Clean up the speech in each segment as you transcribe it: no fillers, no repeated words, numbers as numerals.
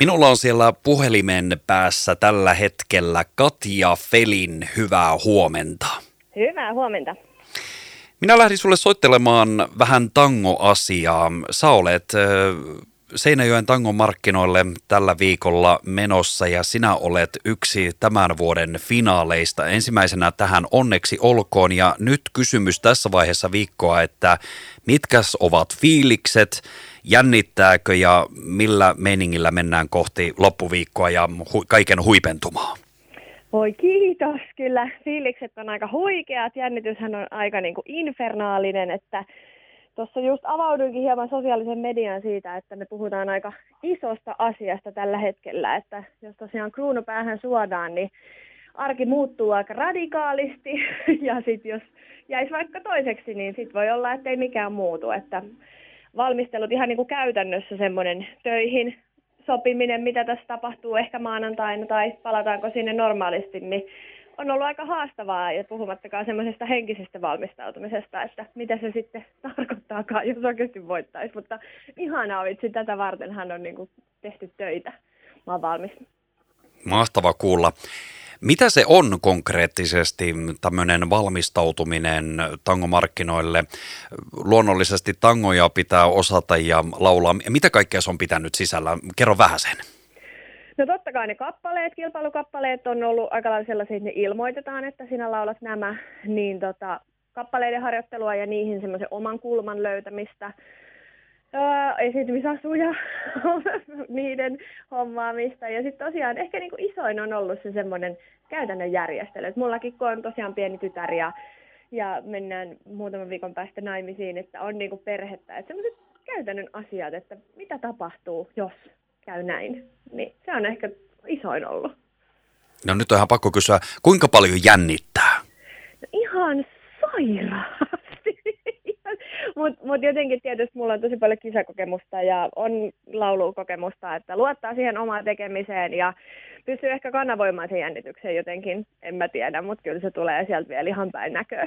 Minulla on siellä puhelimen päässä tällä hetkellä Katja Felin. Hyvää huomenta. Hyvää huomenta. Minä lähdin sulle soittelemaan vähän tangoasiaa. Sä olet Seinäjoen tangon markkinoille tällä viikolla menossa ja sinä olet yksi tämän vuoden finaaleista. Ensimmäisenä tähän onneksi olkoon ja nyt kysymys tässä vaiheessa viikkoa, että mitkäs ovat fiilikset, jännittääkö ja millä meiningillä mennään kohti loppuviikkoa ja kaiken huipentumaa? Voi kiitos, kyllä fiilikset on aika huikeat, jännityshän on aika niin kuin infernaalinen, että tuossa just avauduinkin hieman sosiaalisen median siitä, että me puhutaan aika isosta asiasta tällä hetkellä, että jos tosiaan kruunupäähän suodaan, niin arki muuttuu aika radikaalisti ja sitten jos jäisi vaikka toiseksi, niin sitten voi olla, että ei mikään muutu, että valmistelut ihan niin kuin käytännössä semmoinen töihin sopiminen, mitä tässä tapahtuu ehkä maanantaina tai palataanko sinne normaalisti, niin on ollut aika haastavaa ja puhumattakaan semmoisesta henkisestä valmistautumisesta, että mitä se sitten tarkoittaakaan, jos oikeasti voittaisi. Mutta ihanaa vitsi, tätä vartenhan on niin kuin tehty töitä. Mä oon valmis. Mahtava kuulla. Mitä se on konkreettisesti tämmöinen valmistautuminen tangomarkkinoille? Luonnollisesti tangoja pitää osata ja laulaa. Mitä kaikkea se on pitänyt sisällä? Kerro vähän sen. No totta kai ne kappaleet, kilpailukappaleet on ollut aika lailla sellaisia, että ne ilmoitetaan, että sinä laulat nämä, niin kappaleiden harjoittelua ja niihin semmoisen oman kulman löytämistä, esiintymisasuja, niiden hommaamista ja sitten tosiaan ehkä niinku isoin on ollut se semmoinen käytännön järjestely. Et mullakin kun on tosiaan pieni tytär ja mennään muutaman viikon päästä naimisiin, että on niinku perhettä, että semmoiset käytännön asiat, että mitä tapahtuu, jos käy näin, niin se on ehkä isoin ollut. No nyt on ihan pakko kysyä, kuinka paljon jännittää? No ihan sairaasti. Mut jotenkin tietysti mulla on tosi paljon kisakokemusta ja on laulukokemusta, että luottaa siihen omaan tekemiseen ja pystyy ehkä kanavoimaan sen jännityksen jotenkin, en mä tiedä, mutta kyllä se tulee sieltä vielä ihan päin näköä.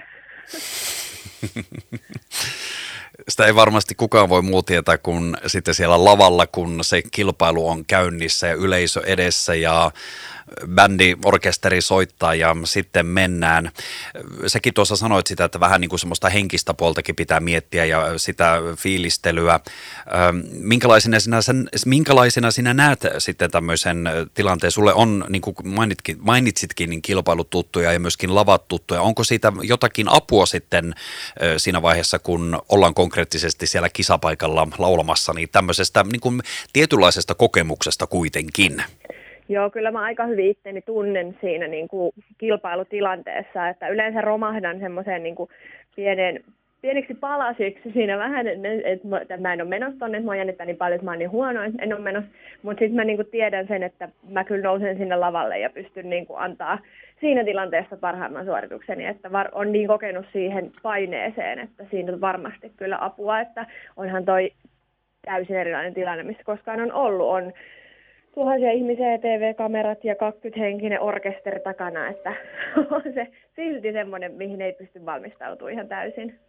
Sitä ei varmasti kukaan voi muu tietää kuin sitten siellä lavalla, kun se kilpailu on käynnissä ja yleisö edessä ja bändi, orkesteri soittaa ja sitten mennään. Säkin tuossa sanoit sitä, että vähän niin kuin semmoista henkistä puoltakin pitää miettiä ja sitä fiilistelyä. Minkälaisena sinä näet sitten tämmöisen tilanteen? Sulle on, niin kuin mainitsitkin, niin kilpailut tuttuja ja myöskin lavat tuttuja. Onko siitä jotakin apua sitten siinä vaiheessa, kun ollaan konkreettisesti siellä kisapaikalla laulamassa, niin tämmöisestä niin kuin tietynlaisesta kokemuksesta kuitenkin? Joo, kyllä mä aika hyvin itteni tunnen siinä niin kuin kilpailutilanteessa, että yleensä romahdan semmoiseen niin kuin pieniksi palasiksi siinä vähän, että mä en ole menossa tonne, että mua jännittää niin paljon, että mä oon niin huono, että en ole menossa, mutta sitten mä niin kuin tiedän sen, että mä kyllä nousen sinne lavalle ja pystyn niin kuin antaa siinä tilanteessa parhaimman suoritukseni, että on niin kokenut siihen paineeseen, että siinä on varmasti kyllä apua, että onhan toi täysin erilainen tilanne, missä koskaan on ollut, on tuhansia ihmisiä, TV-kamerat ja 20-henkinen orkesteri takana, että on se silti semmoinen, mihin ei pysty valmistautumaan ihan täysin.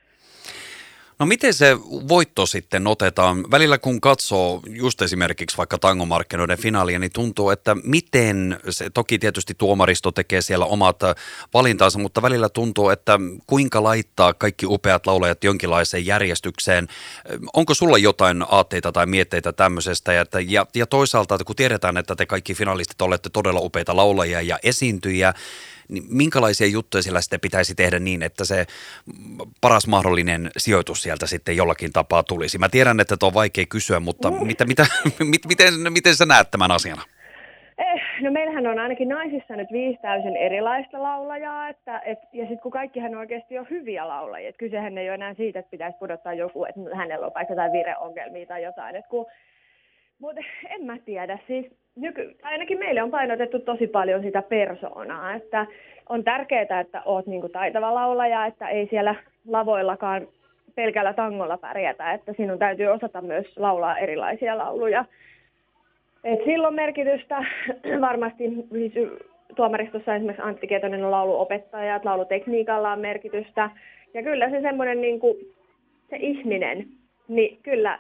No miten se voitto sitten otetaan? Välillä kun katsoo just esimerkiksi vaikka tangomarkkinoiden finaalia, niin tuntuu, että miten se, toki tietysti tuomaristo tekee siellä omat valintansa, mutta välillä tuntuu, että kuinka laittaa kaikki upeat laulajat jonkinlaiseen järjestykseen. Onko sulla jotain aatteita tai mietteitä tämmöisestä? Ja toisaalta, kun tiedetään, että te kaikki finalistit olette todella upeita laulajia ja esiintyjiä, niin minkälaisia juttuja siellä sitten pitäisi tehdä niin, että se paras mahdollinen sijoitus sieltä sitten jollakin tapaa tulisi? Mä tiedän, että tuo on vaikea kysyä, mutta miten sä näet tämän asian? No meillähän on ainakin naisissa nyt 5 täysin erilaista laulajaa, ja sitten kun kaikkihan oikeasti on hyviä laulajia, että kysehän ei ole enää siitä, että pitäisi pudottaa joku, että hänellä on vaikka jotain vireongelmia tai jotain, mutta en mä tiedä, siis ainakin meille on painotettu tosi paljon sitä persoonaa, että on tärkeää, että oot niinku taitava laulaja, että ei siellä lavoillakaan pelkällä tangolla pärjätä, että sinun täytyy osata myös laulaa erilaisia lauluja. Et sillä on merkitystä varmasti, siis tuomaristossa esimerkiksi Antti Ketonen on lauluopettaja, että laulutekniikalla on merkitystä ja kyllä se semmoinen niinku, se ihminen, niin kyllä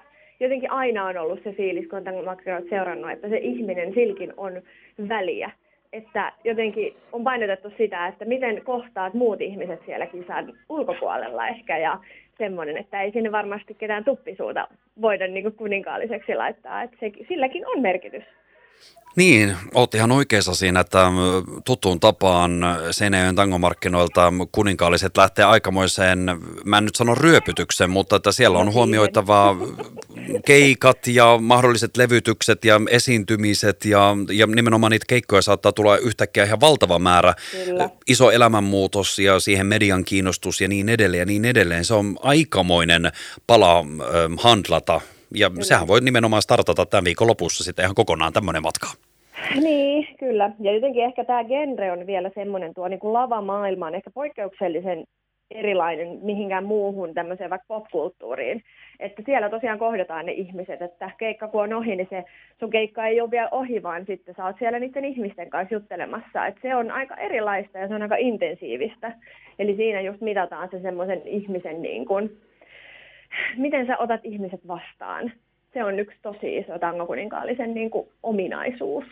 jotenkin aina on ollut se fiilis, kun on tangomarkkinoita seurannut, että se ihminen silläkin on väliä. Että jotenkin on painotettu sitä, että miten kohtaat muut ihmiset siellä kisan ulkopuolella ehkä ja semmoinen, että ei sinne varmasti ketään tuppisuuta voida niin kuin kuninkaalliseksi laittaa, että silläkin on merkitys. Niin, olet ihan oikeassa siinä, että tuttuun tapaan Seinäjoen tangomarkkinoilta kuninkaalliset lähtee aikamoiseen, mä en nyt sano ryöpytyksen, mutta että siellä on huomioitava keikat ja mahdolliset levytykset ja esiintymiset ja nimenomaan niitä keikkoja saattaa tulla yhtäkkiä ihan valtava määrä. Kyllä. Iso elämänmuutos ja siihen median kiinnostus ja niin edelleen ja niin edelleen. Se on aikamoinen pala handlata. Ja kyllä. Sehän voi nimenomaan startata tämän viikon lopussa sitten ihan kokonaan tämmöinen matka. Niin, kyllä. Ja jotenkin ehkä tämä genre on vielä semmoinen, tuo niin kuin lavamaailma on ehkä poikkeuksellisen erilainen mihinkään muuhun tämmöiseen vaikka popkulttuuriin. Että siellä tosiaan kohdataan ne ihmiset, että keikka kun on ohi, niin se sun keikka ei ole vielä ohi, vaan sitten sä oot siellä niiden ihmisten kanssa juttelemassa. Että se on aika erilaista ja se on aika intensiivistä. Eli siinä just mitataan se semmoisen ihmisen niin kuin, miten sä otat ihmiset vastaan. Se on yksi tosi iso tangokuninkaalisen niin kuin ominaisuus.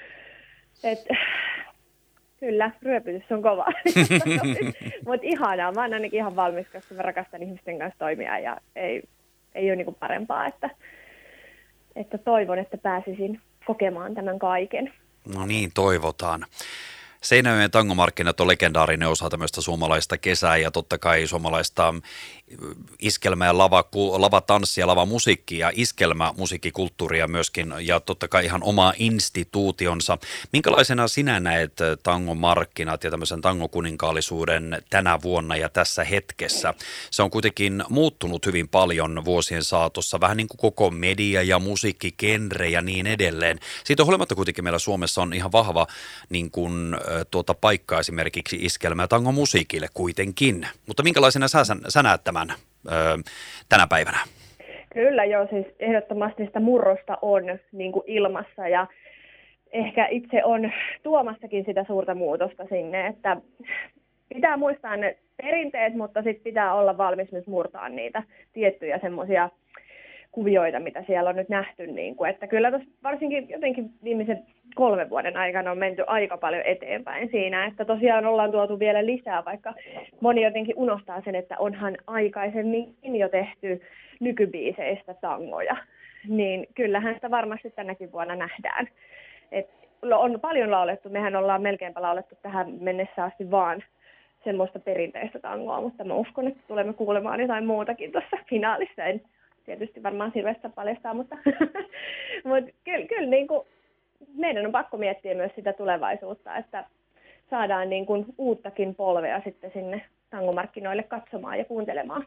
Kyllä, ryöpytys on kova. Mutta ihanaa. Mä oon ainakin ihan valmis, koska mä rakastan ihmisten kanssa toimia ja ei ole niin kuin parempaa. Että toivon, että pääsisin kokemaan tämän kaiken. No niin, toivotaan. Seinäjoen tangomarkkinat on legendaarinen osa tämmöistä suomalaista kesää ja totta kai suomalaista iskelmä- ja lavatanssia, lavamusiikkia ja iskelmämusiikkikulttuuria myöskin ja totta kai ihan oma instituutionsa. Minkälaisena sinä näet tangomarkkinat ja tämmöisen tangokuninkaallisuuden tänä vuonna ja tässä hetkessä? Se on kuitenkin muuttunut hyvin paljon vuosien saatossa, vähän niin kuin koko media ja musiikkigenre ja niin edelleen. Siitä huolimatta kuitenkin meillä Suomessa on ihan vahva niin kuin paikka esimerkiksi iskelmä- ja tangomusiikille kuitenkin. Mutta minkälaisena sä näet tämän tänä päivänä? Kyllä joo, siis ehdottomasti sitä murrosta on niin kuin ilmassa ja ehkä itse on tuomassakin sitä suurta muutosta sinne, että pitää muistaa ne perinteet, mutta sitten pitää olla valmis myös murtaa niitä tiettyjä semmoisia kuvioita, mitä siellä on nyt nähty. Niin kuin, että kyllä tuossa varsinkin jotenkin viimeisen 3 vuoden aikana on menty aika paljon eteenpäin siinä, että tosiaan ollaan tuotu vielä lisää, vaikka moni jotenkin unohtaa sen, että onhan aikaisemmin jo tehty nykybiiseistä tangoja. Niin kyllähän sitä varmasti tänäkin vuonna nähdään. Et on paljon laulettu, mehän ollaan melkeinpä laulettu tähän mennessä asti vaan semmoista perinteistä tangoa, mutta mä uskon, että tulemme kuulemaan jotain muutakin tuossa finaalissa. En tietysti varmaan Silvesta paljastaa, mutta kyllä niin kuin meidän on pakko miettiä myös sitä tulevaisuutta, että saadaan niin kuin uuttakin polvea sitten sinne tangomarkkinoille katsomaan ja kuuntelemaan.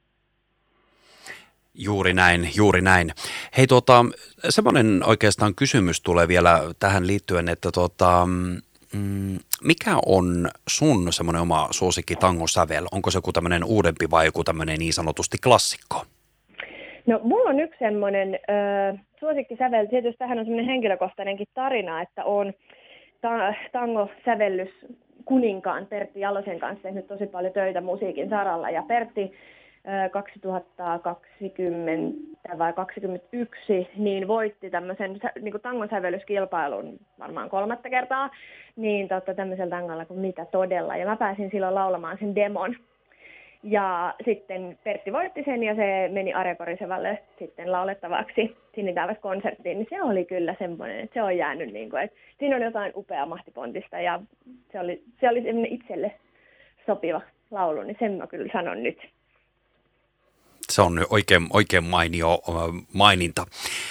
Juuri näin, juuri näin. Hei semmoinen oikeastaan kysymys tulee vielä tähän liittyen, että mikä on sun semmoinen oma suosikki tangosävel? Onko se joku tämmöinen uudempi vai joku tämmöinen niin sanotusti klassikko? No mulla on yksi semmoinen suosikkisävel, tietysti tähän on semmoinen henkilökohtainenkin tarina, että on tangosävellys kuninkaan Pertti Jalosen kanssa tehnyt tosi paljon töitä musiikin saralla ja Pertti 2020 vai 2021 niin voitti tämmöisen niin kuin tangosävellyskilpailun varmaan 3. kertaa niin tämmöisellä tangolla kuin Mitä todella ja mä pääsin silloin laulamaan sen demon. Ja sitten Pertti voitti sen ja se meni Arja Korisevalle sitten laulettavaksi Sinitäväs-konserttiin. Niin se oli kyllä semmoinen, että se on jäänyt niin kuin, että siinä on jotain upeaa mahtipontista ja se oli semmoinen itselle sopiva laulu, niin sen mä kyllä sanon nyt. Se on oikein mainio maininta.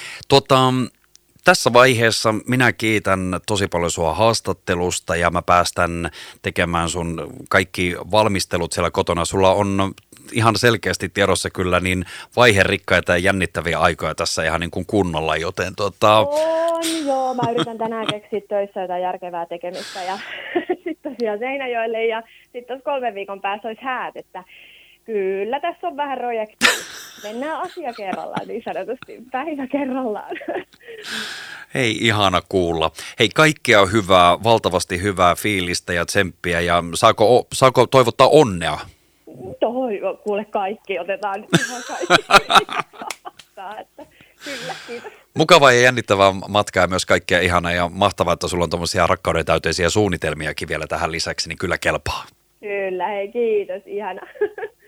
Tässä vaiheessa minä kiitän tosi paljon sua haastattelusta ja mä päästän tekemään sun kaikki valmistelut siellä kotona. Sulla on ihan selkeästi tiedossa kyllä niin vaiherikkaita ja jännittäviä aikoja tässä ihan niin kuin kunnolla, joten On, joo. Mä yritän tänään keksiä töissä jotain järkevää tekemistä ja sitten tosiaan Seinäjoelle ja sitten tuossa 3 viikon päässä olisi häät, että kyllä tässä on vähän projektia. Mennään asia kerrallaan, niin sanotusti päivä kerrallaan. Hei, ihana kuulla. Hei, kaikkea hyvää, valtavasti hyvää fiilistä ja tsemppiä ja saako toivottaa onnea? Kuule kaikki, otetaan ihan kaikki. Kyllä, kiitos. Mukava ja jännittävää matkaa ja myös kaikkea ihanaa ja mahtavaa, että sulla on tuommoisia rakkauden täyteisiä suunnitelmiakin vielä tähän lisäksi, niin kyllä kelpaa. Kyllä, hei kiitos, ihana.